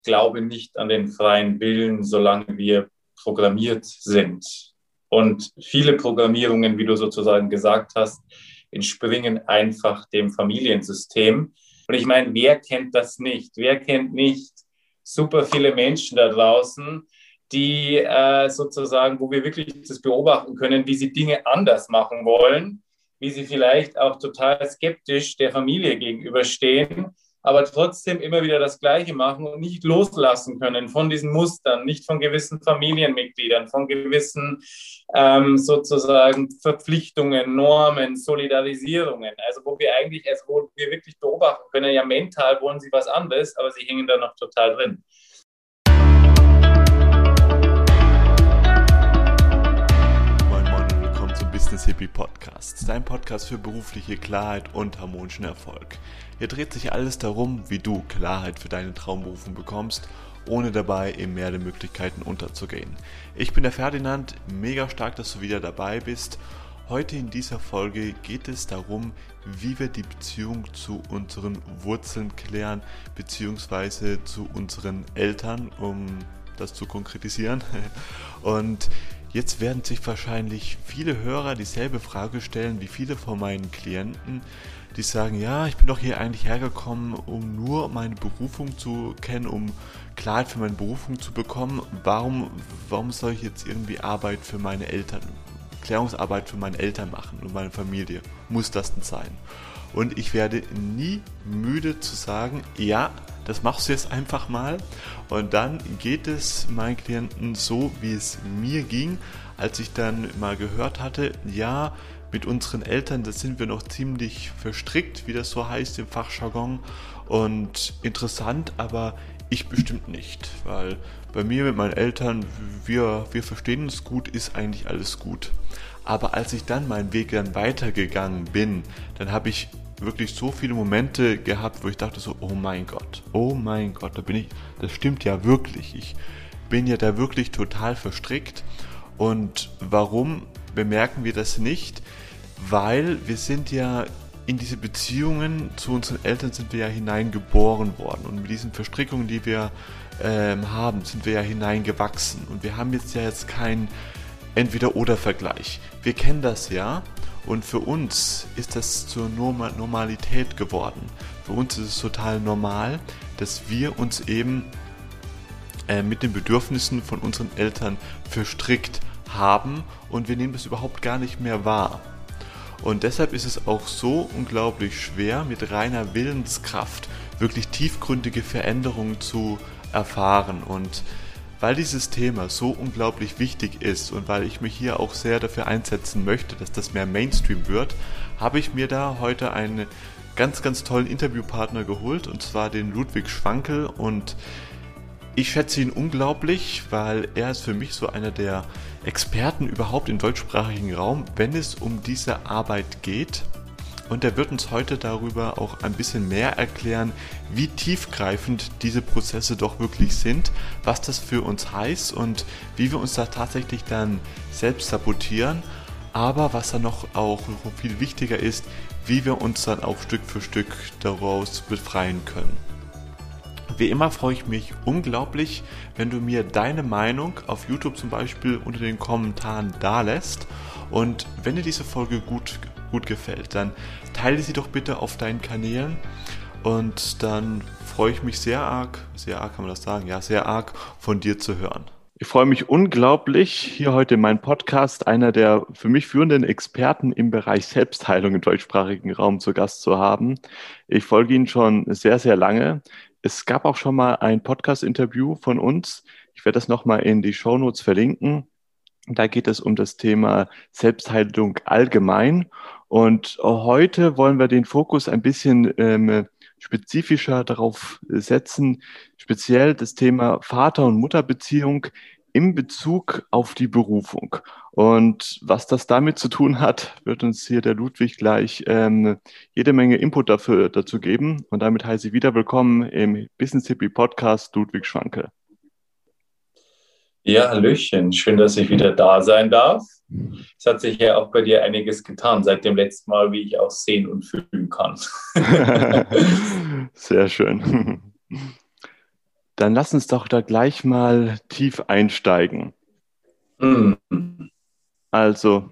glaube nicht an den freien Willen, solange wir programmiert sind. Und viele Programmierungen, wie du sozusagen gesagt hast, entspringen einfach dem Familiensystem. Und ich meine, wer kennt das nicht? Wer kennt nicht super viele Menschen da draußen, die sozusagen, wo wir wirklich das beobachten können, wie sie Dinge anders machen wollen, wie sie vielleicht auch total skeptisch der Familie gegenüberstehen, aber trotzdem immer wieder das Gleiche machen und nicht loslassen können von diesen Mustern, nicht von gewissen Familienmitgliedern, von gewissen sozusagen Verpflichtungen, Normen, Solidarisierungen. Also wo wir wirklich beobachten können, ja, mental wollen sie was anderes, aber sie hängen da noch total drin. Business Hippie Podcast, dein Podcast für berufliche Klarheit und harmonischen Erfolg. Hier dreht sich alles darum, wie du Klarheit für deine Traumberufung bekommst, ohne dabei im Meer der Möglichkeiten unterzugehen. Ich bin der Ferdinand, mega stark, dass du wieder dabei bist. Heute in dieser Folge geht es darum, wie wir die Beziehung zu unseren Wurzeln klären, beziehungsweise zu unseren Eltern, um das zu konkretisieren. Und jetzt werden sich wahrscheinlich viele Hörer dieselbe Frage stellen wie viele von meinen Klienten, die sagen, ja, ich bin doch hier eigentlich hergekommen, um nur meine Berufung zu kennen, um Klarheit für meine Berufung zu bekommen. Warum soll ich jetzt irgendwie Arbeit für meine Eltern, Klärungsarbeit für meine Eltern machen und meine Familie? Muss das denn sein? Und ich werde nie müde zu sagen, ja, das machst du jetzt einfach mal. Und dann geht es meinen Klienten so, wie es mir ging, als ich dann mal gehört hatte, ja, mit unseren Eltern, da sind wir noch ziemlich verstrickt, wie das so heißt im Fachjargon. Und interessant, aber ich bestimmt nicht, weil bei mir mit meinen Eltern, wir verstehen uns gut, ist eigentlich alles gut. Aber als ich dann meinen Weg dann weitergegangen bin, dann habe ich wirklich so viele Momente gehabt, wo ich dachte so, oh mein Gott, das stimmt ja wirklich. Ich bin ja da wirklich total verstrickt. Und warum bemerken wir das nicht? Weil wir sind ja in diese Beziehungen zu unseren Eltern sind wir ja hineingeboren worden. Und mit diesen Verstrickungen, die wir haben, sind wir ja hineingewachsen. Und wir haben jetzt keinen Entweder-oder-Vergleich. Wir kennen das ja. Und für uns ist das zur Normalität geworden. Für uns ist es total normal, dass wir uns eben mit den Bedürfnissen von unseren Eltern verstrickt haben und wir nehmen das überhaupt gar nicht mehr wahr. Und deshalb ist es auch so unglaublich schwer, mit reiner Willenskraft wirklich tiefgründige Veränderungen zu erfahren. Und weil dieses Thema so unglaublich wichtig ist und weil ich mich hier auch sehr dafür einsetzen möchte, dass das mehr Mainstream wird, habe ich mir da heute einen ganz, ganz tollen Interviewpartner geholt, und zwar den Ludwig Schwankel. Und ich schätze ihn unglaublich, weil er ist für mich so einer der Experten überhaupt im deutschsprachigen Raum, wenn es um diese Arbeit geht. Und er wird uns heute darüber auch ein bisschen mehr erklären, wie tiefgreifend diese Prozesse doch wirklich sind, was das für uns heißt und wie wir uns da tatsächlich dann selbst sabotieren. Aber was dann noch viel wichtiger ist, wie wir uns dann auch Stück für Stück daraus befreien können. Wie immer freue ich mich unglaublich, wenn du mir deine Meinung auf YouTube zum Beispiel unter den Kommentaren dalässt. Und wenn dir diese Folge gut gefällt, dann teile sie doch bitte auf deinen Kanälen, und dann freue ich mich sehr arg von dir zu hören. Ich freue mich unglaublich, hier heute in meinem Podcast einer der für mich führenden Experten im Bereich Selbstheilung im deutschsprachigen Raum zu Gast zu haben. Ich folge Ihnen schon sehr, sehr lange. Es gab auch schon mal ein Podcast-Interview von uns. Ich werde das nochmal in die Shownotes verlinken. Da geht es um das Thema Selbstheilung allgemein. Und heute wollen wir den Fokus ein bisschen spezifischer darauf setzen, speziell das Thema Vater- und Mutterbeziehung in Bezug auf die Berufung. Und was das damit zu tun hat, wird uns hier der Ludwig gleich jede Menge Input dazu geben. Und damit heiße ich wieder willkommen im Business Hippie Podcast, Ludwig Schwankel. Ja, Hallöchen. Schön, dass ich wieder da sein darf. Es hat sich ja auch bei dir einiges getan seit dem letzten Mal, wie ich auch sehen und fühlen kann. Sehr schön. Dann lass uns doch da gleich mal tief einsteigen. Mhm. Also,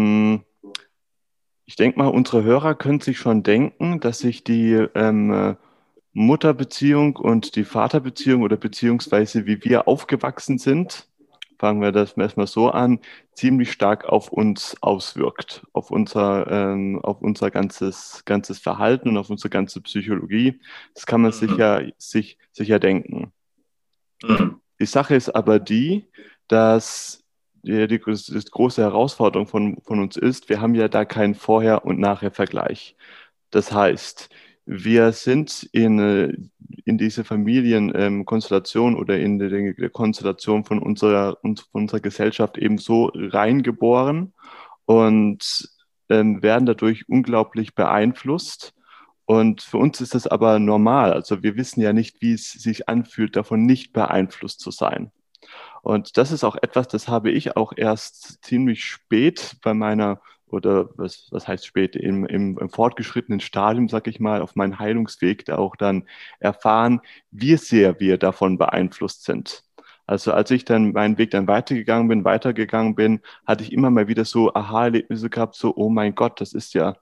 ich denke mal, unsere Hörer können sich schon denken, dass sich die Mutterbeziehung und die Vaterbeziehung oder beziehungsweise wie wir aufgewachsen sind, fangen wir das erstmal so an, ziemlich stark auf uns auswirkt, auf unser ganzes Verhalten und auf unsere ganze Psychologie. Das kann man sicher denken. Mhm. Die Sache ist aber die, dass die große Herausforderung von uns ist, wir haben ja da keinen Vorher- und Nachher-Vergleich. Das heißt, wir sind in diese Familienkonstellation oder in die Konstellation von unserer Gesellschaft eben so reingeboren und werden dadurch unglaublich beeinflusst. Und für uns ist das aber normal. Also wir wissen ja nicht, wie es sich anfühlt, davon nicht beeinflusst zu sein. Und das ist auch etwas, das habe ich auch erst ziemlich spät bei meiner, oder was heißt spät, im fortgeschrittenen Stadium, sag ich mal, auf meinem Heilungsweg da auch dann erfahren, wie sehr wir davon beeinflusst sind. Also als ich dann meinen Weg dann weitergegangen bin, hatte ich immer mal wieder so Aha-Erlebnisse gehabt, so, oh mein Gott, das ist ja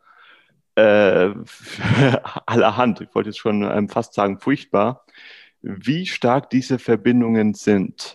allerhand, ich wollte jetzt schon fast sagen, furchtbar, wie stark diese Verbindungen sind.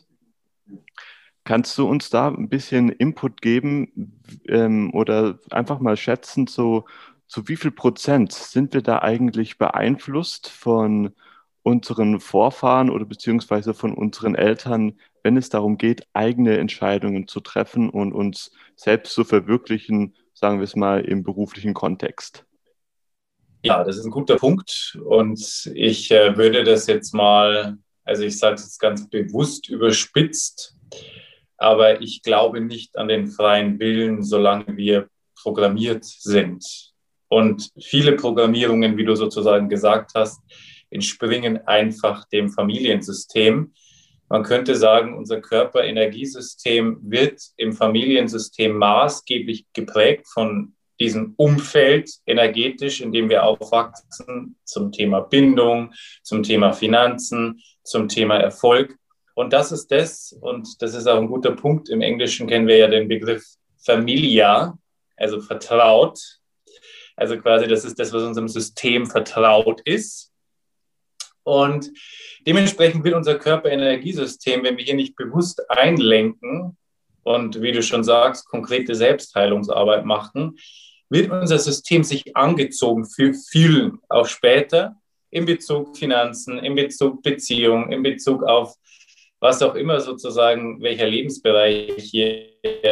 Kannst du uns da ein bisschen Input geben oder einfach mal schätzen, so zu wie viel Prozent sind wir da eigentlich beeinflusst von unseren Vorfahren oder beziehungsweise von unseren Eltern, wenn es darum geht, eigene Entscheidungen zu treffen und uns selbst zu verwirklichen, sagen wir es mal, im beruflichen Kontext? Ja, das ist ein guter Punkt. Und ich würde das jetzt mal, also ich sage es jetzt ganz bewusst überspitzt, aber ich glaube nicht an den freien Willen, solange wir programmiert sind. Und viele Programmierungen, wie du sozusagen gesagt hast, entspringen einfach dem Familiensystem. Man könnte sagen, unser Körperenergiesystem wird im Familiensystem maßgeblich geprägt von diesem Umfeld energetisch, in dem wir aufwachsen, zum Thema Bindung, zum Thema Finanzen, zum Thema Erfolg. Und das ist das, und das ist auch ein guter Punkt. Im Englischen kennen wir ja den Begriff Familia, also vertraut. Also quasi, das ist das, was unserem System vertraut ist. Und dementsprechend wird unser Körperenergiesystem, wenn wir hier nicht bewusst einlenken und, wie du schon sagst, konkrete Selbstheilungsarbeit machen, wird unser System sich angezogen fühlen, auch später, in Bezug Finanzen, in Bezug Beziehung, in Bezug auf was auch immer sozusagen, welcher Lebensbereich hier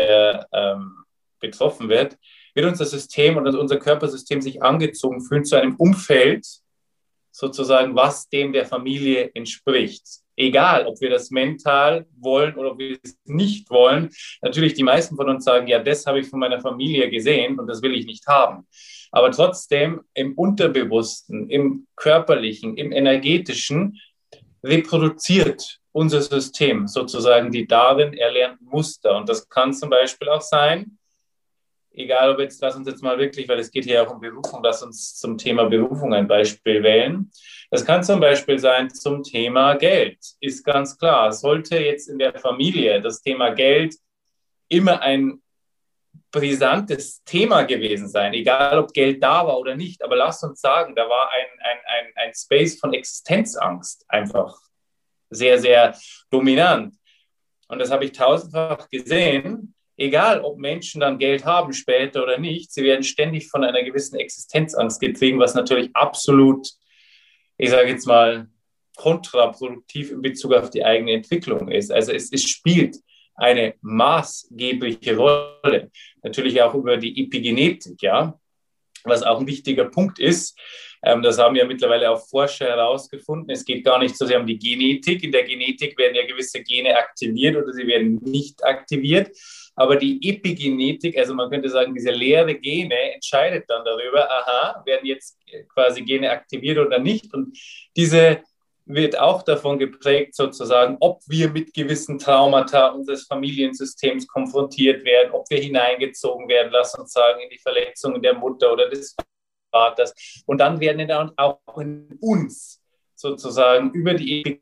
betroffen wird unser System und unser Körpersystem sich angezogen fühlen zu einem Umfeld, sozusagen, was dem der Familie entspricht. Egal, ob wir das mental wollen oder ob wir es nicht wollen. Natürlich, die meisten von uns sagen, ja, das habe ich von meiner Familie gesehen und das will ich nicht haben. Aber trotzdem im Unterbewussten, im Körperlichen, im Energetischen reproduziert unser System sozusagen die darin erlernten Muster. Und das kann zum Beispiel auch sein, egal ob jetzt, lass uns jetzt mal wirklich, weil es geht hier auch um Berufung, lass uns zum Thema Berufung ein Beispiel wählen. Das kann zum Beispiel sein zum Thema Geld, ist ganz klar. Sollte jetzt in der Familie das Thema Geld immer ein brisantes Thema gewesen sein, egal ob Geld da war oder nicht, aber lass uns sagen, da war ein Space von Existenzangst einfach sehr, sehr dominant. Und das habe ich tausendfach gesehen, egal ob Menschen dann Geld haben später oder nicht, sie werden ständig von einer gewissen Existenzangst getrieben, was natürlich absolut, ich sage jetzt mal, kontraproduktiv in Bezug auf die eigene Entwicklung ist. Also es spielt eine maßgebliche Rolle, natürlich auch über die Epigenetik, ja, was auch ein wichtiger Punkt ist. Das haben ja mittlerweile auch Forscher herausgefunden. Es geht gar nicht so sehr um die Genetik. In der Genetik werden ja gewisse Gene aktiviert oder sie werden nicht aktiviert. Aber die Epigenetik, also man könnte sagen, diese leere Gene entscheidet dann darüber, aha, werden jetzt quasi Gene aktiviert oder nicht. Und diese wird auch davon geprägt, sozusagen, ob wir mit gewissen Traumata unseres Familiensystems konfrontiert werden, ob wir hineingezogen werden, lass uns sagen, in die Verletzungen der Mutter oder des Vaters. Und dann werden dann auch in uns sozusagen über die Epidemie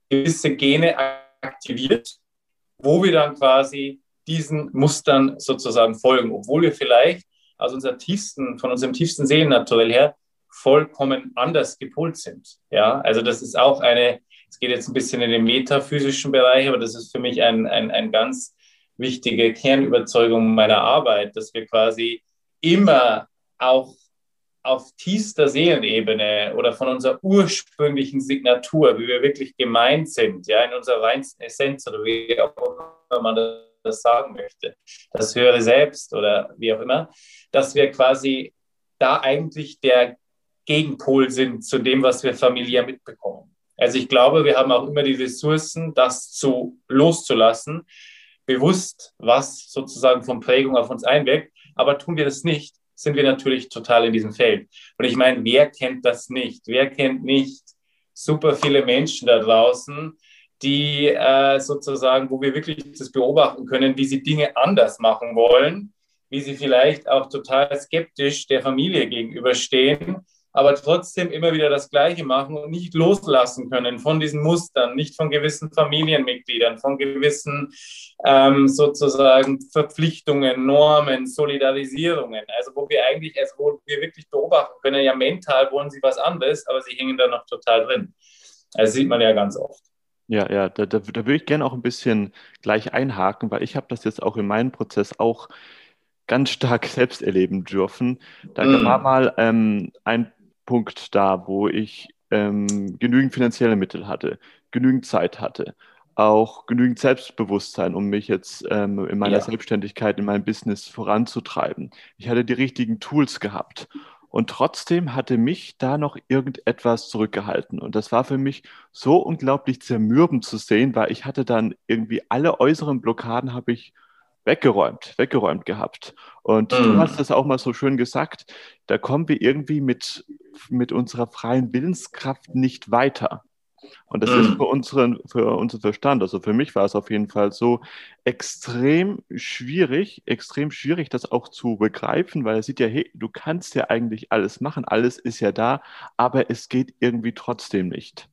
gewisse Gene aktiviert, wo wir dann quasi diesen Mustern sozusagen folgen, obwohl wir vielleicht von unserem tiefsten Seelennaturell her vollkommen anders gepolt sind. Ja, also das ist auch es geht jetzt ein bisschen in den metaphysischen Bereich, aber das ist für mich ein ganz wichtige Kernüberzeugung meiner Arbeit, dass wir quasi immer auch auf tiefster Seelenebene oder von unserer ursprünglichen Signatur, wie wir wirklich gemeint sind, ja, in unserer reinsten Essenz oder wie auch immer man das sagen möchte, das höhere Selbst oder wie auch immer, dass wir quasi da eigentlich der Gegenpol sind zu dem, was wir familiär mitbekommen. Also ich glaube, wir haben auch immer die Ressourcen, das loszulassen, bewusst, was sozusagen von Prägung auf uns einwirkt, aber tun wir das nicht, sind wir natürlich total in diesem Feld. Und ich meine, wer kennt das nicht? Wer kennt nicht super viele Menschen da draußen, die sozusagen, wo wir wirklich das beobachten können, wie sie Dinge anders machen wollen, wie sie vielleicht auch total skeptisch der Familie gegenüberstehen, aber trotzdem immer wieder das Gleiche machen und nicht loslassen können von diesen Mustern, nicht von gewissen Familienmitgliedern, von gewissen sozusagen Verpflichtungen, Normen, Solidarisierungen. Also wo wir wirklich beobachten können, ja mental wollen sie was anderes, aber sie hängen da noch total drin. Das sieht man ja ganz oft. Ja, da würde ich gerne auch ein bisschen gleich einhaken, weil ich habe das jetzt auch in meinem Prozess auch ganz stark selbst erleben dürfen. Da war mal ein Punkt da, wo ich genügend finanzielle Mittel hatte, genügend Zeit hatte, auch genügend Selbstbewusstsein, um mich jetzt in meiner Selbstständigkeit, in meinem Business voranzutreiben. Ich hatte die richtigen Tools gehabt. Und trotzdem hatte mich da noch irgendetwas zurückgehalten. Und das war für mich so unglaublich zermürbend zu sehen, weil ich hatte dann irgendwie alle äußeren Blockaden habe ich weggeräumt gehabt. Und du hast das auch mal so schön gesagt, da kommen wir irgendwie mit unserer freien Willenskraft nicht weiter. Und das ist für unseren Verstand, also für mich war es auf jeden Fall so extrem schwierig, das auch zu begreifen, weil er sieht ja, hey, du kannst ja eigentlich alles machen, alles ist ja da, aber es geht irgendwie trotzdem nicht.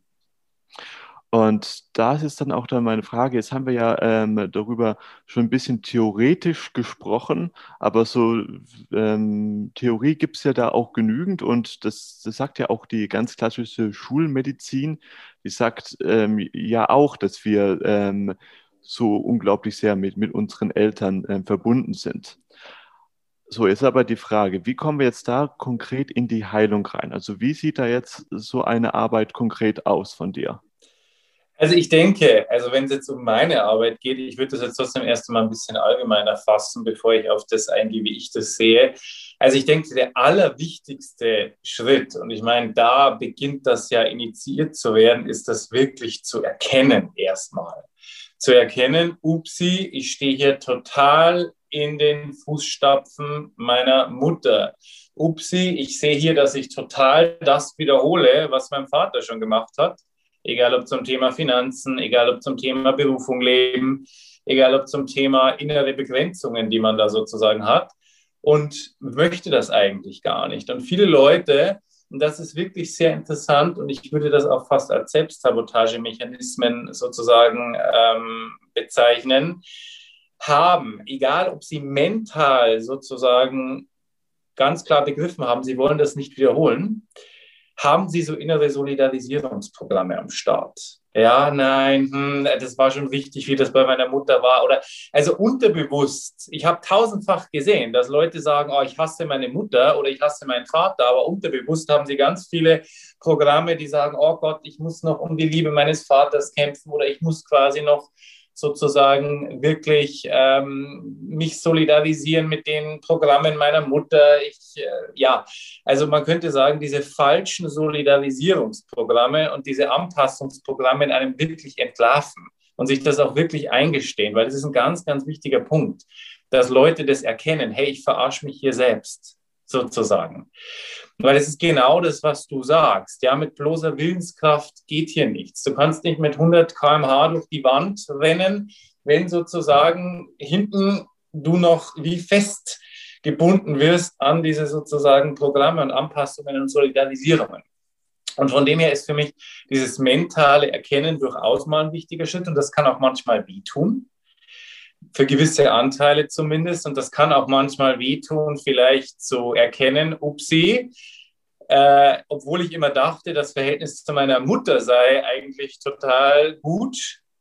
Und das ist dann auch dann meine Frage. Jetzt haben wir ja darüber schon ein bisschen theoretisch gesprochen, aber so Theorie gibt es ja da auch genügend und das sagt ja auch die ganz klassische Schulmedizin, die sagt ja auch, dass wir so unglaublich sehr mit unseren Eltern verbunden sind. So, jetzt aber die Frage, wie kommen wir jetzt da konkret in die Heilung rein? Also wie sieht da jetzt so eine Arbeit konkret aus von dir? Also ich denke, wenn es jetzt um meine Arbeit geht, ich würde das jetzt trotzdem erst mal ein bisschen allgemeiner fassen, bevor ich auf das eingehe, wie ich das sehe. Also ich denke, der allerwichtigste Schritt, und ich meine, da beginnt das ja initiiert zu werden, ist das wirklich zu erkennen erstmal. Zu erkennen, upsi, ich stehe hier total in den Fußstapfen meiner Mutter. Upsi, ich sehe hier, dass ich total das wiederhole, was mein Vater schon gemacht hat. Egal ob zum Thema Finanzen, egal ob zum Thema Berufung leben, egal ob zum Thema innere Begrenzungen, die man da sozusagen hat und möchte das eigentlich gar nicht. Und viele Leute, und das ist wirklich sehr interessant und ich würde das auch fast als Selbstsabotagemechanismen sozusagen bezeichnen, haben, egal ob sie mental sozusagen ganz klar begriffen haben, sie wollen das nicht wiederholen, haben sie so innere Solidarisierungsprogramme am Start. Ja, nein, das war schon richtig, wie das bei meiner Mutter war. Oder also unterbewusst. Ich habe tausendfach gesehen, dass Leute sagen, oh, ich hasse meine Mutter oder ich hasse meinen Vater, aber unterbewusst haben sie ganz viele Programme, die sagen, oh Gott, ich muss noch um die Liebe meines Vaters kämpfen oder ich muss quasi noch sozusagen wirklich mich solidarisieren mit den Programmen meiner Mutter. Also man könnte sagen, diese falschen Solidarisierungsprogramme und diese Anpassungsprogramme in einem wirklich entlarven und sich das auch wirklich eingestehen, weil das ist ein ganz, ganz wichtiger Punkt, dass Leute das erkennen, hey, ich verarsche mich hier selbst sozusagen. Weil es ist genau das, was du sagst. Ja, mit bloßer Willenskraft geht hier nichts. Du kannst nicht mit 100 km/h durch die Wand rennen, wenn sozusagen hinten du noch wie fest gebunden wirst an diese sozusagen Programme und Anpassungen und Solidarisierungen. Und von dem her ist für mich dieses mentale Erkennen durchaus mal ein wichtiger Schritt. Und das kann auch manchmal wehtun, für gewisse Anteile zumindest. Und das kann auch manchmal wehtun, vielleicht zu erkennen, upsie, obwohl ich immer dachte, das Verhältnis zu meiner Mutter sei eigentlich total gut,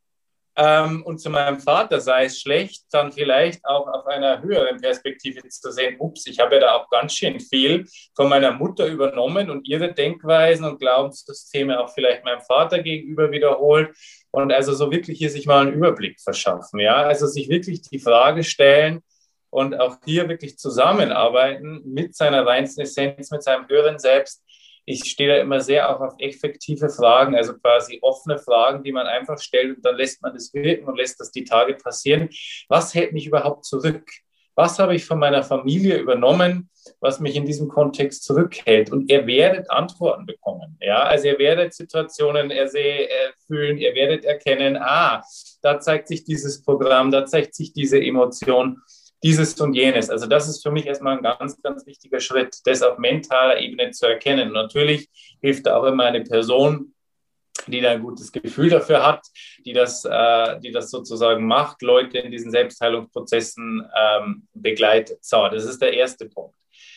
und zu meinem Vater sei es schlecht, dann vielleicht auch auf einer höheren Perspektive zu sehen, ups, ich habe ja da auch ganz schön viel von meiner Mutter übernommen und ihre Denkweisen und Glaubenssysteme auch vielleicht meinem Vater gegenüber wiederholt, und also so wirklich hier sich mal einen Überblick verschaffen, ja, also sich wirklich die Frage stellen und auch hier wirklich zusammenarbeiten mit seiner reinsten Essenz, mit seinem höheren Selbst. Ich stehe da immer sehr auch auf effektive Fragen, also quasi offene Fragen, die man einfach stellt, und dann lässt man das wirken und lässt das die Tage passieren. Was hält mich überhaupt zurück? Was habe ich von meiner Familie übernommen, was mich in diesem Kontext zurückhält? Und ihr werdet Antworten bekommen. Ja? Also ihr werdet Situationen fühlen, ihr werdet erkennen, da zeigt sich dieses Programm, da zeigt sich diese Emotion, dieses und jenes. Also das ist für mich erstmal ein ganz, ganz wichtiger Schritt, das auf mentaler Ebene zu erkennen. Und natürlich hilft da auch immer eine Person, die da ein gutes Gefühl dafür hat, die das sozusagen macht, Leute in diesen Selbstheilungsprozessen begleitet. So, das ist der erste Punkt.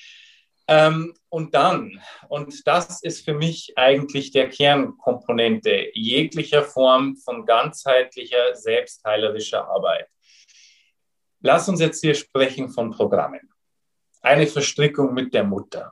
Und das ist für mich eigentlich der Kernkomponente jeglicher Form von ganzheitlicher, selbstheilerischer Arbeit. Lass uns jetzt hier sprechen von Programmen. Eine Verstrickung mit der Mutter.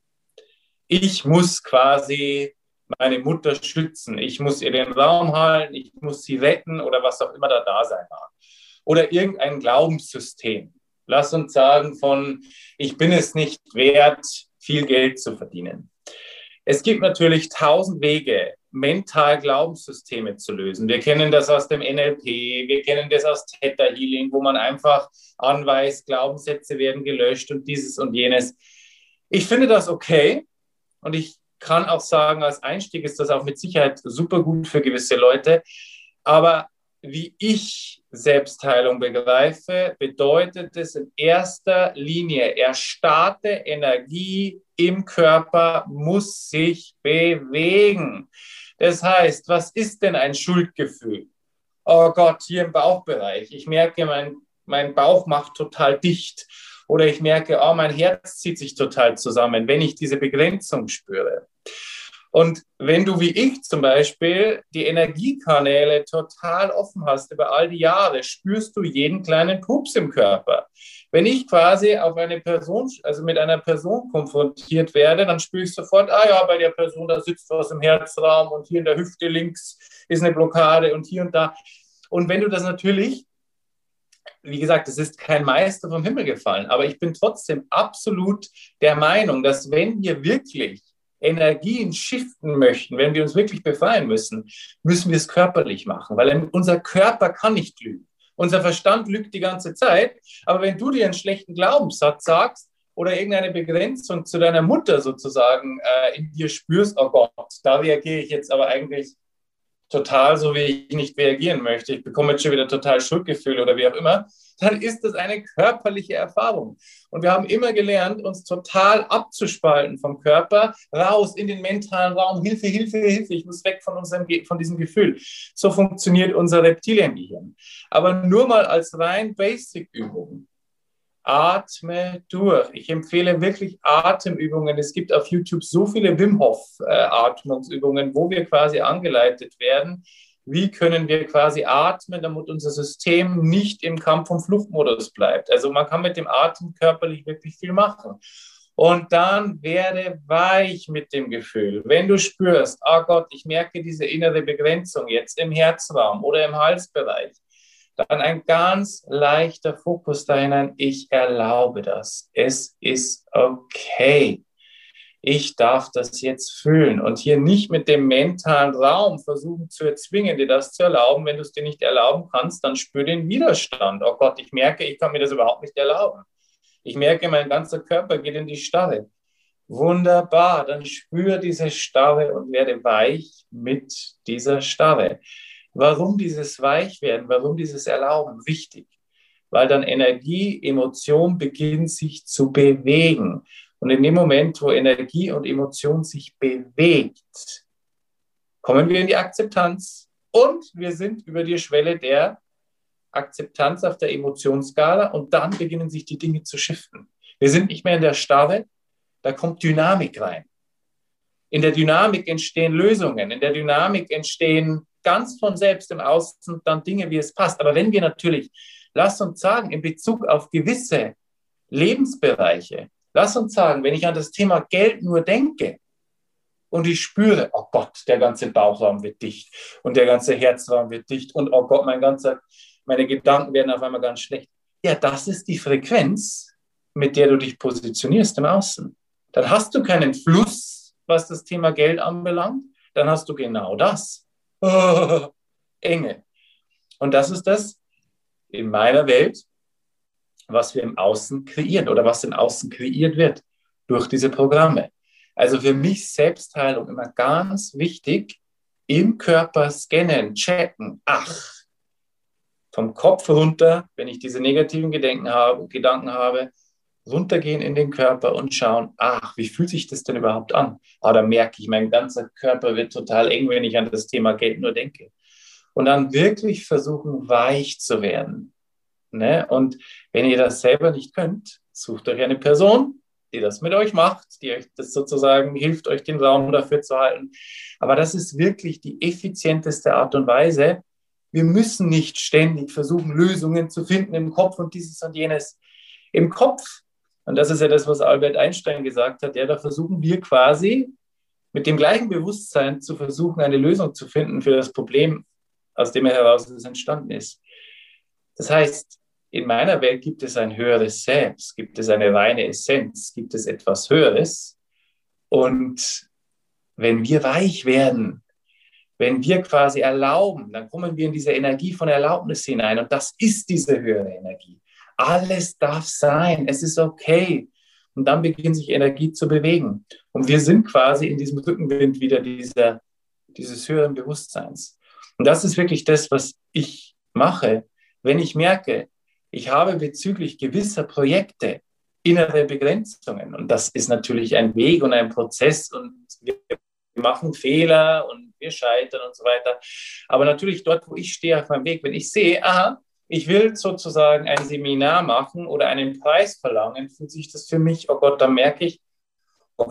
Ich muss quasi meine Mutter schützen. Ich muss ihr den Raum halten, ich muss sie retten oder was auch immer da sein mag. Oder irgendein Glaubenssystem. Lass uns sagen ich bin es nicht wert, viel Geld zu verdienen. Es gibt natürlich 1000 Wege, mental Glaubenssysteme zu lösen. Wir kennen das aus dem NLP, wir kennen das aus Theta Healing, wo man einfach anweist, Glaubenssätze werden gelöscht und dieses und jenes. Ich finde das okay, und ich kann auch sagen, als Einstieg ist das auch mit Sicherheit super gut für gewisse Leute. Aber wie ich Selbstheilung begreife, bedeutet es in erster Linie, erstarrte Energie im Körper muss sich bewegen. Das heißt, was ist denn ein Schuldgefühl? Oh Gott, hier im Bauchbereich. Ich merke, mein Bauch macht total dicht. Oder ich merke, oh, mein Herz zieht sich total zusammen, wenn ich diese Begrenzung spüre. Und wenn du wie ich zum Beispiel die Energiekanäle total offen hast über all die Jahre, spürst du jeden kleinen Pups im Körper. Wenn ich quasi auf eine Person, also mit einer Person konfrontiert werde, dann spüre ich sofort, bei der Person, da sitzt was im Herzraum und hier in der Hüfte links ist eine Blockade und hier und da. Und wenn du das natürlich, wie gesagt, es ist kein Meister vom Himmel gefallen, aber ich bin trotzdem absolut der Meinung, dass wenn wir wirklich Energien shiften möchten, wenn wir uns wirklich befreien müssen, müssen wir es körperlich machen, weil unser Körper kann nicht lügen. Unser Verstand lügt die ganze Zeit, aber wenn du dir einen schlechten Glaubenssatz sagst oder irgendeine Begrenzung zu deiner Mutter sozusagen in dir spürst, oh Gott, da reagiere ich jetzt aber eigentlich total so, wie ich nicht reagieren möchte, ich bekomme jetzt schon wieder total Schuldgefühle oder wie auch immer, dann ist das eine körperliche Erfahrung. Und wir haben immer gelernt, uns total abzuspalten vom Körper, raus in den mentalen Raum, Hilfe, Hilfe, Hilfe, ich muss weg von diesem Gefühl. So funktioniert unser Reptiliengehirn. Aber nur mal als rein Basic-Übung. Atme durch. Ich empfehle wirklich Atemübungen. Es gibt auf YouTube so viele Wim Hof Atmungsübungen, wo wir quasi angeleitet werden, wie können wir quasi atmen, damit unser System nicht im Kampf- und Fluchtmodus bleibt. Also man kann mit dem Atem körperlich wirklich viel machen. Und dann werde weich mit dem Gefühl. Wenn du spürst, oh Gott, ich merke diese innere Begrenzung jetzt im Herzraum oder im Halsbereich, dann ein ganz leichter Fokus da hinein. Ich erlaube das. Es ist okay. Ich darf das jetzt fühlen und hier nicht mit dem mentalen Raum versuchen zu erzwingen, dir das zu erlauben. Wenn du es dir nicht erlauben kannst, dann spür den Widerstand. Oh Gott, ich merke, ich kann mir das überhaupt nicht erlauben. Ich merke, mein ganzer Körper geht in die Starre. Wunderbar, dann spür diese Starre und werde weich mit dieser Starre. Warum dieses Weichwerden, warum dieses Erlauben? Wichtig, weil dann Energie, Emotion beginnt sich zu bewegen. Und in dem Moment, wo Energie und Emotion sich bewegt, kommen wir in die Akzeptanz und wir sind über die Schwelle der Akzeptanz auf der Emotionsskala und dann beginnen sich die Dinge zu shiften. Wir sind nicht mehr in der Starre, da kommt Dynamik rein. In der Dynamik entstehen Lösungen, in der Dynamik entstehen ganz von selbst im Außen dann Dinge, wie es passt. Aber wenn wir natürlich, lass uns sagen, in Bezug auf gewisse Lebensbereiche, lass uns sagen, wenn ich an das Thema Geld nur denke und ich spüre, oh Gott, der ganze Bauchraum wird dicht und der ganze Herzraum wird dicht und oh Gott, meine Gedanken werden auf einmal ganz schlecht. Ja, das ist die Frequenz, mit der du dich positionierst im Außen. Dann hast du keinen Fluss, was das Thema Geld anbelangt, dann hast du genau das. Oh, Enge. Und das ist das in meiner Welt, was wir im Außen kreieren oder was im Außen kreiert wird durch diese Programme. Also für mich Selbstheilung immer ganz wichtig, im Körper scannen, checken. Ach, vom Kopf runter, wenn ich diese negativen Gedanken habe, runtergehen in den Körper und schauen, ach, wie fühlt sich das denn überhaupt an? Da merke ich, mein ganzer Körper wird total eng, wenn ich an das Thema Geld nur denke. Und dann wirklich versuchen, weich zu werden. Ne? Und wenn ihr das selber nicht könnt, sucht euch eine Person, die das mit euch macht, die euch das sozusagen hilft, euch den Raum dafür zu halten. Aber das ist wirklich die effizienteste Art und Weise. Wir müssen nicht ständig versuchen, Lösungen zu finden im Kopf und dieses und jenes. Im Kopf, und das ist ja das, was Albert Einstein gesagt hat, ja, da versuchen wir quasi mit dem gleichen Bewusstsein zu versuchen, eine Lösung zu finden für das Problem, aus dem heraus es entstanden ist. Das heißt, in meiner Welt gibt es ein höheres Selbst, gibt es eine reine Essenz, gibt es etwas Höheres. Und wenn wir weich werden, wenn wir quasi erlauben, dann kommen wir in diese Energie von Erlaubnis hinein. Und das ist diese höhere Energie. Alles darf sein, es ist okay. Und dann beginnt sich Energie zu bewegen. Und wir sind quasi in diesem Rückenwind wieder dieses höheren Bewusstseins. Und das ist wirklich das, was ich mache, wenn ich merke, ich habe bezüglich gewisser Projekte innere Begrenzungen. Und das ist natürlich ein Weg und ein Prozess und wir machen Fehler und wir scheitern und so weiter. Aber natürlich dort, wo ich stehe auf meinem Weg, wenn ich sehe, aha, ich will sozusagen ein Seminar machen oder einen Preis verlangen, fühlt sich das für mich, oh Gott, dann merke ich, oh,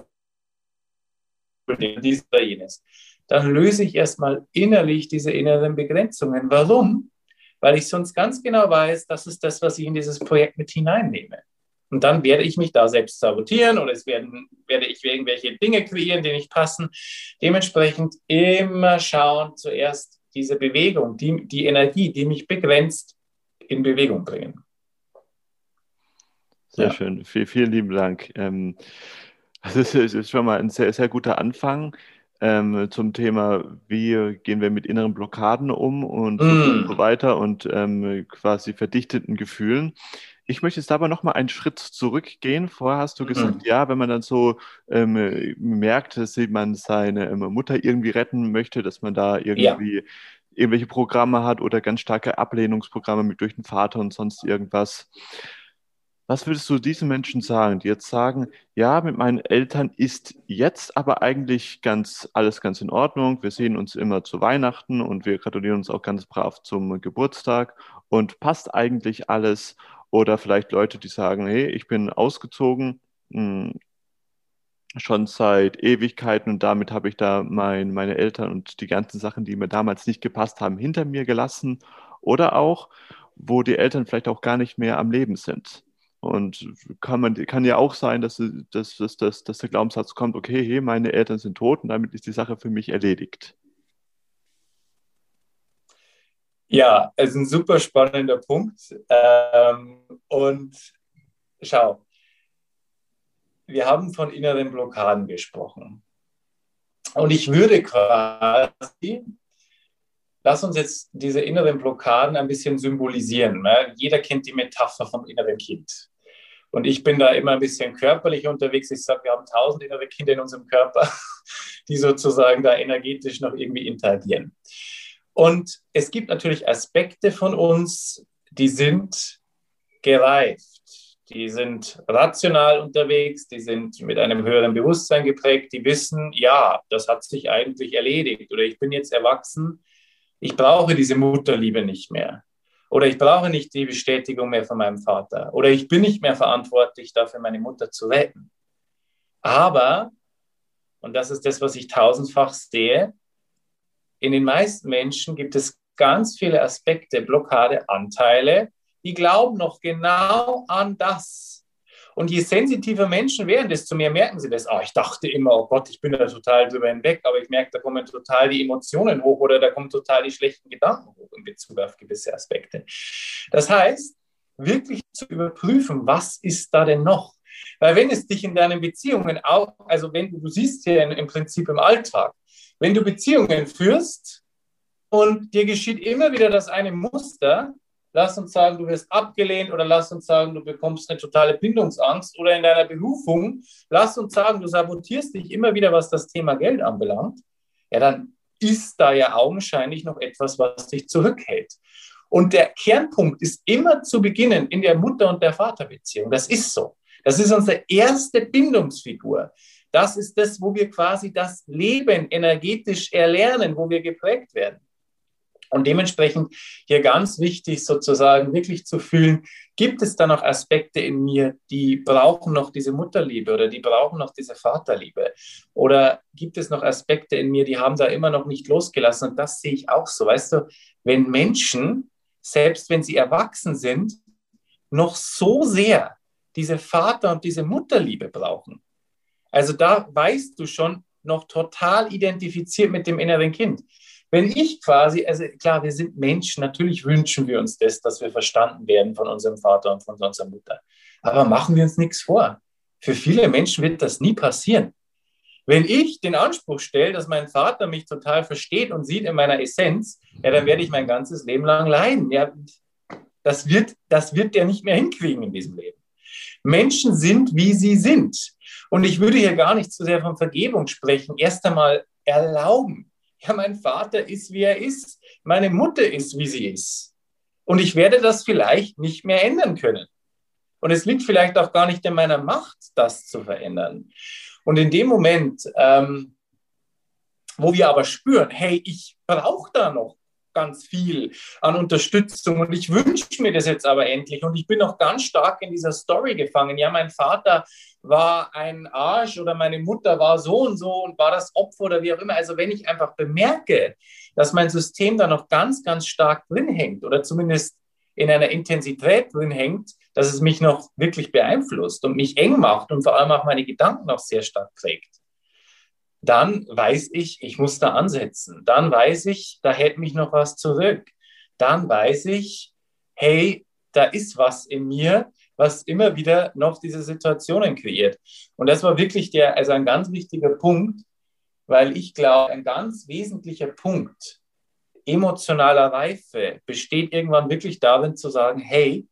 dies oder jenes. Dann löse ich erstmal innerlich diese inneren Begrenzungen. Warum? Weil ich sonst ganz genau weiß, das ist das, was ich in dieses Projekt mit hineinnehme. Und dann werde ich mich da selbst sabotieren oder werde ich irgendwelche Dinge kreieren, die nicht passen. Dementsprechend immer schauen, zuerst diese Bewegung, die Energie, die mich begrenzt, in Bewegung bringen. Sehr schön. Vielen lieben Dank. Das ist schon mal ein sehr, sehr guter Anfang zum Thema, wie gehen wir mit inneren Blockaden um und so weiter und quasi verdichteten Gefühlen. Ich möchte jetzt aber noch mal einen Schritt zurückgehen. Vorher hast du gesagt, ja, wenn man dann so merkt, dass man seine Mutter irgendwie retten möchte, dass man da irgendwie irgendwelche Programme hat oder ganz starke Ablehnungsprogramme durch den Vater und sonst irgendwas. Was würdest du diesen Menschen sagen, die jetzt sagen, ja, mit meinen Eltern ist jetzt aber eigentlich alles ganz in Ordnung. Wir sehen uns immer zu Weihnachten und wir gratulieren uns auch ganz brav zum Geburtstag und passt eigentlich alles. Oder vielleicht Leute, die sagen, hey, ich bin ausgezogen, schon seit Ewigkeiten und damit habe ich da meine Eltern und die ganzen Sachen, die mir damals nicht gepasst haben, hinter mir gelassen. Oder auch, wo die Eltern vielleicht auch gar nicht mehr am Leben sind. Und kann ja auch sein, dass der Glaubenssatz kommt, okay, hey, meine Eltern sind tot und damit ist die Sache für mich erledigt. Ja, es ist ein super spannender Punkt. Und schau, wir haben von inneren Blockaden gesprochen. Und ich würde quasi, lass uns jetzt diese inneren Blockaden ein bisschen symbolisieren. Ne? Jeder kennt die Metapher vom inneren Kind. Und ich bin da immer ein bisschen körperlich unterwegs. Ich sage, wir haben 1000 innere Kinder in unserem Körper, die sozusagen da energetisch noch irgendwie interagieren. Und es gibt natürlich Aspekte von uns, die sind gereift, die sind rational unterwegs, die sind mit einem höheren Bewusstsein geprägt, die wissen, ja, das hat sich eigentlich erledigt oder ich bin jetzt erwachsen, ich brauche diese Mutterliebe nicht mehr oder ich brauche nicht die Bestätigung mehr von meinem Vater oder ich bin nicht mehr verantwortlich dafür, meine Mutter zu retten. Aber, und das ist das, was ich tausendfach sehe, in den meisten Menschen gibt es ganz viele Aspekte, Blockade, Anteile, die glauben noch genau an das. Und je sensitiver Menschen werden, desto mehr merken sie das. Ich dachte immer, oh Gott, ich bin da total drüber hinweg, aber ich merke, da kommen total die Emotionen hoch oder da kommen total die schlechten Gedanken hoch in Bezug auf gewisse Aspekte. Das heißt, wirklich zu überprüfen, was ist da denn noch? Weil wenn es dich in deinen Beziehungen auch, also wenn du siehst hier im Prinzip im Alltag, wenn du Beziehungen führst und dir geschieht immer wieder das eine Muster, lass uns sagen, du wirst abgelehnt oder lass uns sagen, du bekommst eine totale Bindungsangst oder in deiner Berufung, lass uns sagen, du sabotierst dich immer wieder, was das Thema Geld anbelangt, ja, dann ist da ja augenscheinlich noch etwas, was dich zurückhält. Und der Kernpunkt ist immer zu beginnen in der Mutter- und der Vaterbeziehung. Das ist so. Das ist unsere erste Bindungsfigur. Das ist das, wo wir quasi das Leben energetisch erlernen, wo wir geprägt werden. Und dementsprechend hier ganz wichtig sozusagen wirklich zu fühlen, gibt es da noch Aspekte in mir, die brauchen noch diese Mutterliebe oder die brauchen noch diese Vaterliebe? Oder gibt es noch Aspekte in mir, die haben da immer noch nicht losgelassen? Und das sehe ich auch so. Weißt du, wenn Menschen, selbst wenn sie erwachsen sind, noch so sehr diese Vater- und diese Mutterliebe brauchen. Also da weißt du schon noch total identifiziert mit dem inneren Kind. Wenn ich quasi, also klar, wir sind Menschen, natürlich wünschen wir uns das, dass wir verstanden werden von unserem Vater und von unserer Mutter. Aber machen wir uns nichts vor. Für viele Menschen wird das nie passieren. Wenn ich den Anspruch stelle, dass mein Vater mich total versteht und sieht in meiner Essenz, ja, dann werde ich mein ganzes Leben lang leiden. Ja, das wird der nicht mehr hinkriegen in diesem Leben. Menschen sind, wie sie sind. Und ich würde hier gar nicht zu sehr von Vergebung sprechen. Erst einmal erlauben. Ja, mein Vater ist, wie er ist. Meine Mutter ist, wie sie ist. Und ich werde das vielleicht nicht mehr ändern können. Und es liegt vielleicht auch gar nicht in meiner Macht, das zu verändern. Und in dem Moment, wo wir aber spüren, hey, ich brauche da noch ganz viel an Unterstützung und ich wünsche mir das jetzt aber endlich und ich bin noch ganz stark in dieser Story gefangen. Ja, mein Vater war ein Arsch oder meine Mutter war so und war das Opfer oder wie auch immer. Also wenn ich einfach bemerke, dass mein System da noch ganz, ganz stark drin hängt oder zumindest in einer Intensität drin hängt, dass es mich noch wirklich beeinflusst und mich eng macht und vor allem auch meine Gedanken noch sehr stark prägt, dann weiß ich, ich muss da ansetzen. Dann weiß ich, da hält mich noch was zurück. Dann weiß ich, hey, da ist was in mir, was immer wieder noch diese Situationen kreiert. Und das war wirklich also ein ganz wichtiger Punkt, weil ich glaube, ein ganz wesentlicher Punkt emotionaler Reife besteht irgendwann wirklich darin zu sagen, hey,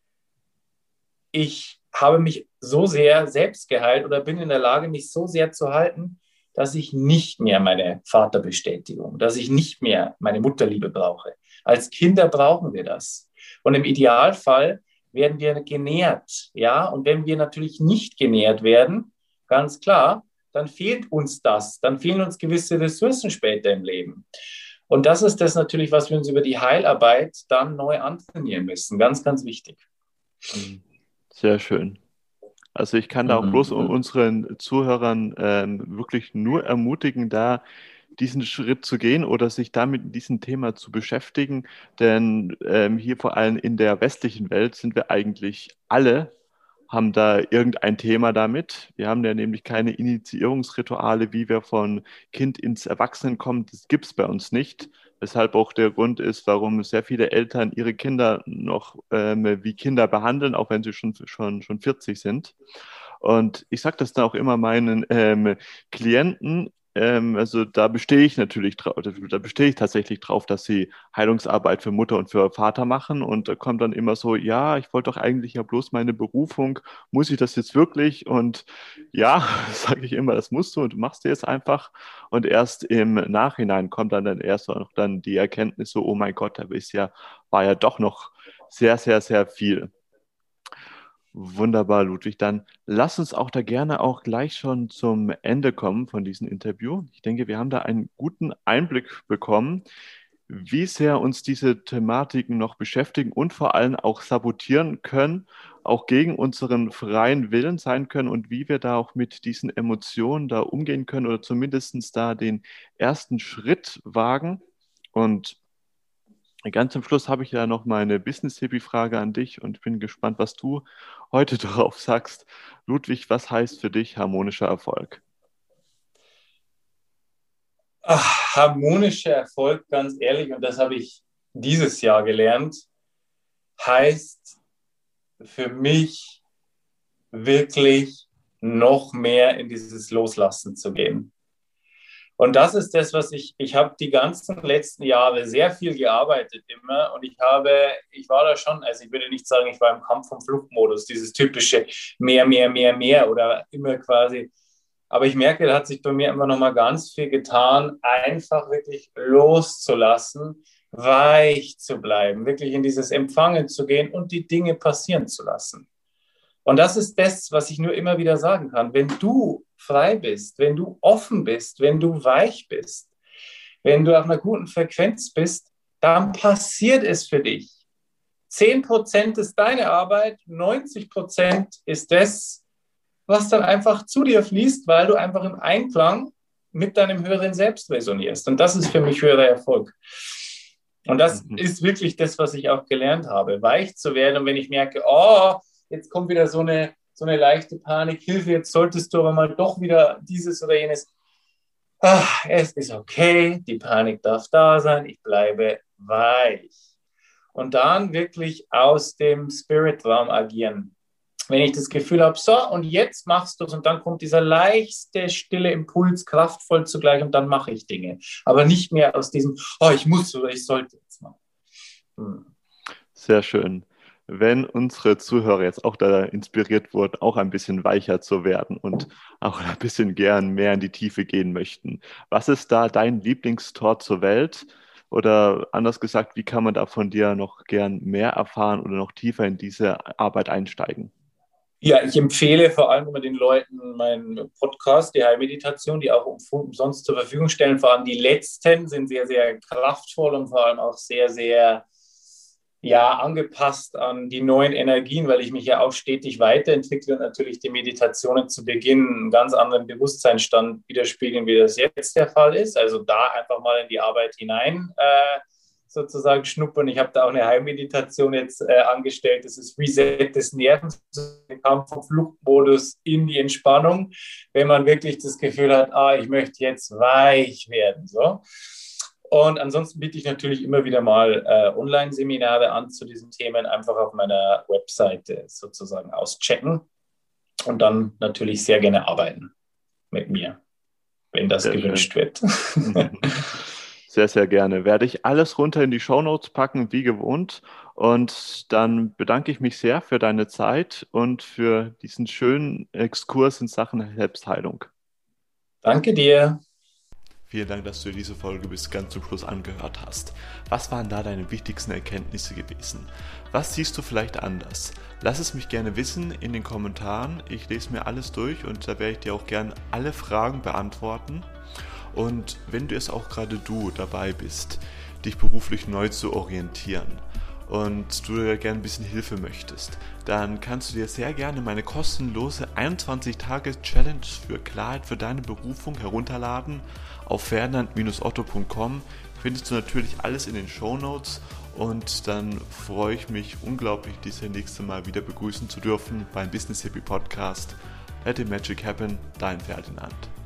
ich habe mich so sehr selbst geheilt oder bin in der Lage, mich so sehr zu halten, dass ich nicht mehr meine Vaterbestätigung, dass ich nicht mehr meine Mutterliebe brauche. Als Kinder brauchen wir das. Und im Idealfall werden wir genährt. Ja? Und wenn wir natürlich nicht genährt werden, ganz klar, dann fehlt uns das. Dann fehlen uns gewisse Ressourcen später im Leben. Und das ist das natürlich, was wir uns über die Heilarbeit dann neu antrainieren müssen. Ganz, ganz wichtig. Sehr schön. Also ich kann da auch bloß unseren Zuhörern wirklich nur ermutigen, da diesen Schritt zu gehen oder sich damit mit diesem Thema zu beschäftigen. Denn hier vor allem in der westlichen Welt sind wir eigentlich alle, haben da irgendein Thema damit. Wir haben ja nämlich keine Initiierungsrituale, wie wir von Kind ins Erwachsenen kommen. Das gibt es bei uns nicht. Weshalb auch der Grund ist, warum sehr viele Eltern ihre Kinder noch wie Kinder behandeln, auch wenn sie schon 40 sind. Und ich sage das dann auch immer meinen Klienten, also da bestehe ich natürlich drauf, da bestehe ich tatsächlich drauf, dass sie Heilungsarbeit für Mutter und für Vater machen. Und da kommt dann immer so, ja, ich wollte doch eigentlich ja bloß meine Berufung, muss ich das jetzt wirklich? Und ja, sage ich immer, das musst du und du machst dir jetzt einfach. Und erst im Nachhinein kommt dann erst auch dann die Erkenntnis so, oh mein Gott, war ja doch noch sehr, sehr, sehr viel. Wunderbar, Ludwig. Dann lass uns auch da gerne auch gleich schon zum Ende kommen von diesem Interview. Ich denke, wir haben da einen guten Einblick bekommen, wie sehr uns diese Thematiken noch beschäftigen und vor allem auch sabotieren können, auch gegen unseren freien Willen sein können und wie wir da auch mit diesen Emotionen da umgehen können oder zumindest da den ersten Schritt wagen. Und ganz zum Schluss habe ich ja noch meine Business-Hippie-Frage an dich und bin gespannt, was du heute darauf sagst. Ludwig, was heißt für dich harmonischer Erfolg? Harmonischer Erfolg, ganz ehrlich, und das habe ich dieses Jahr gelernt, heißt für mich wirklich noch mehr in dieses Loslassen zu gehen. Und das ist das, was ich habe die ganzen letzten Jahre sehr viel gearbeitet immer und ich war da schon, also ich würde nicht sagen, ich war im Kampf- und Fluchtmodus, dieses typische mehr oder immer quasi. Aber ich merke, da hat sich bei mir immer noch mal ganz viel getan, einfach wirklich loszulassen, weich zu bleiben, wirklich in dieses Empfangen zu gehen und die Dinge passieren zu lassen. Und das ist das, was ich nur immer wieder sagen kann. Wenn du frei bist, wenn du offen bist, wenn du weich bist, wenn du auf einer guten Frequenz bist, dann passiert es für dich. 10% ist deine Arbeit, 90% ist das, was dann einfach zu dir fließt, weil du einfach im Einklang mit deinem höheren Selbst resonierst. Und das ist für mich höherer Erfolg. Und das ist wirklich das, was ich auch gelernt habe, weich zu werden. Und wenn ich merke, jetzt kommt wieder so eine leichte Panik, Hilfe, jetzt solltest du aber mal doch wieder dieses oder jenes. Es ist okay, die Panik darf da sein, ich bleibe weich. Und dann wirklich aus dem Spirit-Raum agieren. Wenn ich das Gefühl habe, so, und jetzt machst du es und dann kommt dieser leichte, stille Impuls, kraftvoll zugleich und dann mache ich Dinge. Aber nicht mehr aus diesem, ich muss oder ich sollte jetzt machen. Sehr schön. Wenn unsere Zuhörer jetzt auch da inspiriert wurden, auch ein bisschen weicher zu werden und auch ein bisschen gern mehr in die Tiefe gehen möchten, was ist da dein Lieblingstor zur Welt? Oder anders gesagt, wie kann man da von dir noch gern mehr erfahren oder noch tiefer in diese Arbeit einsteigen? Ja, ich empfehle vor allem immer den Leuten meinen Podcast, die Heilmeditation, die auch umsonst zur Verfügung stellen. Vor allem die letzten sind sehr, sehr kraftvoll und vor allem auch sehr, sehr angepasst an die neuen Energien, weil ich mich ja auch stetig weiterentwickle und natürlich die Meditationen zu Beginn einen ganz anderen Bewusstseinsstand widerspiegeln, wie das jetzt der Fall ist. Also da einfach mal in die Arbeit hinein sozusagen schnuppern. Ich habe da auch eine Heilmeditation jetzt angestellt. Das ist Reset des Nervens, Kampf- vom Fluchtmodus in die Entspannung, wenn man wirklich das Gefühl hat, ich möchte jetzt weich werden. So. Und ansonsten biete ich natürlich immer wieder mal Online-Seminare an zu diesen Themen, einfach auf meiner Webseite sozusagen auschecken und dann natürlich sehr gerne arbeiten mit mir, wenn das sehr gewünscht wird. Sehr, sehr gerne. Werde ich alles runter in die Shownotes packen, wie gewohnt. Und dann bedanke ich mich sehr für deine Zeit und für diesen schönen Exkurs in Sachen Selbstheilung. Danke dir. Vielen Dank, dass du diese Folge bis ganz zum Schluss angehört hast. Was waren da deine wichtigsten Erkenntnisse gewesen? Was siehst du vielleicht anders? Lass es mich gerne wissen in den Kommentaren. Ich lese mir alles durch und da werde ich dir auch gerne alle Fragen beantworten. Und wenn du dabei bist, dich beruflich neu zu orientieren und du dir gerne ein bisschen Hilfe möchtest, dann kannst du dir sehr gerne meine kostenlose 21-Tage-Challenge für Klarheit für deine Berufung herunterladen. Auf ferdinand-otto.com findest du natürlich alles in den Shownotes und dann freue ich mich unglaublich, dich das nächste Mal wieder begrüßen zu dürfen beim Business Hippie Podcast. Let the Magic Happen, dein Ferdinand.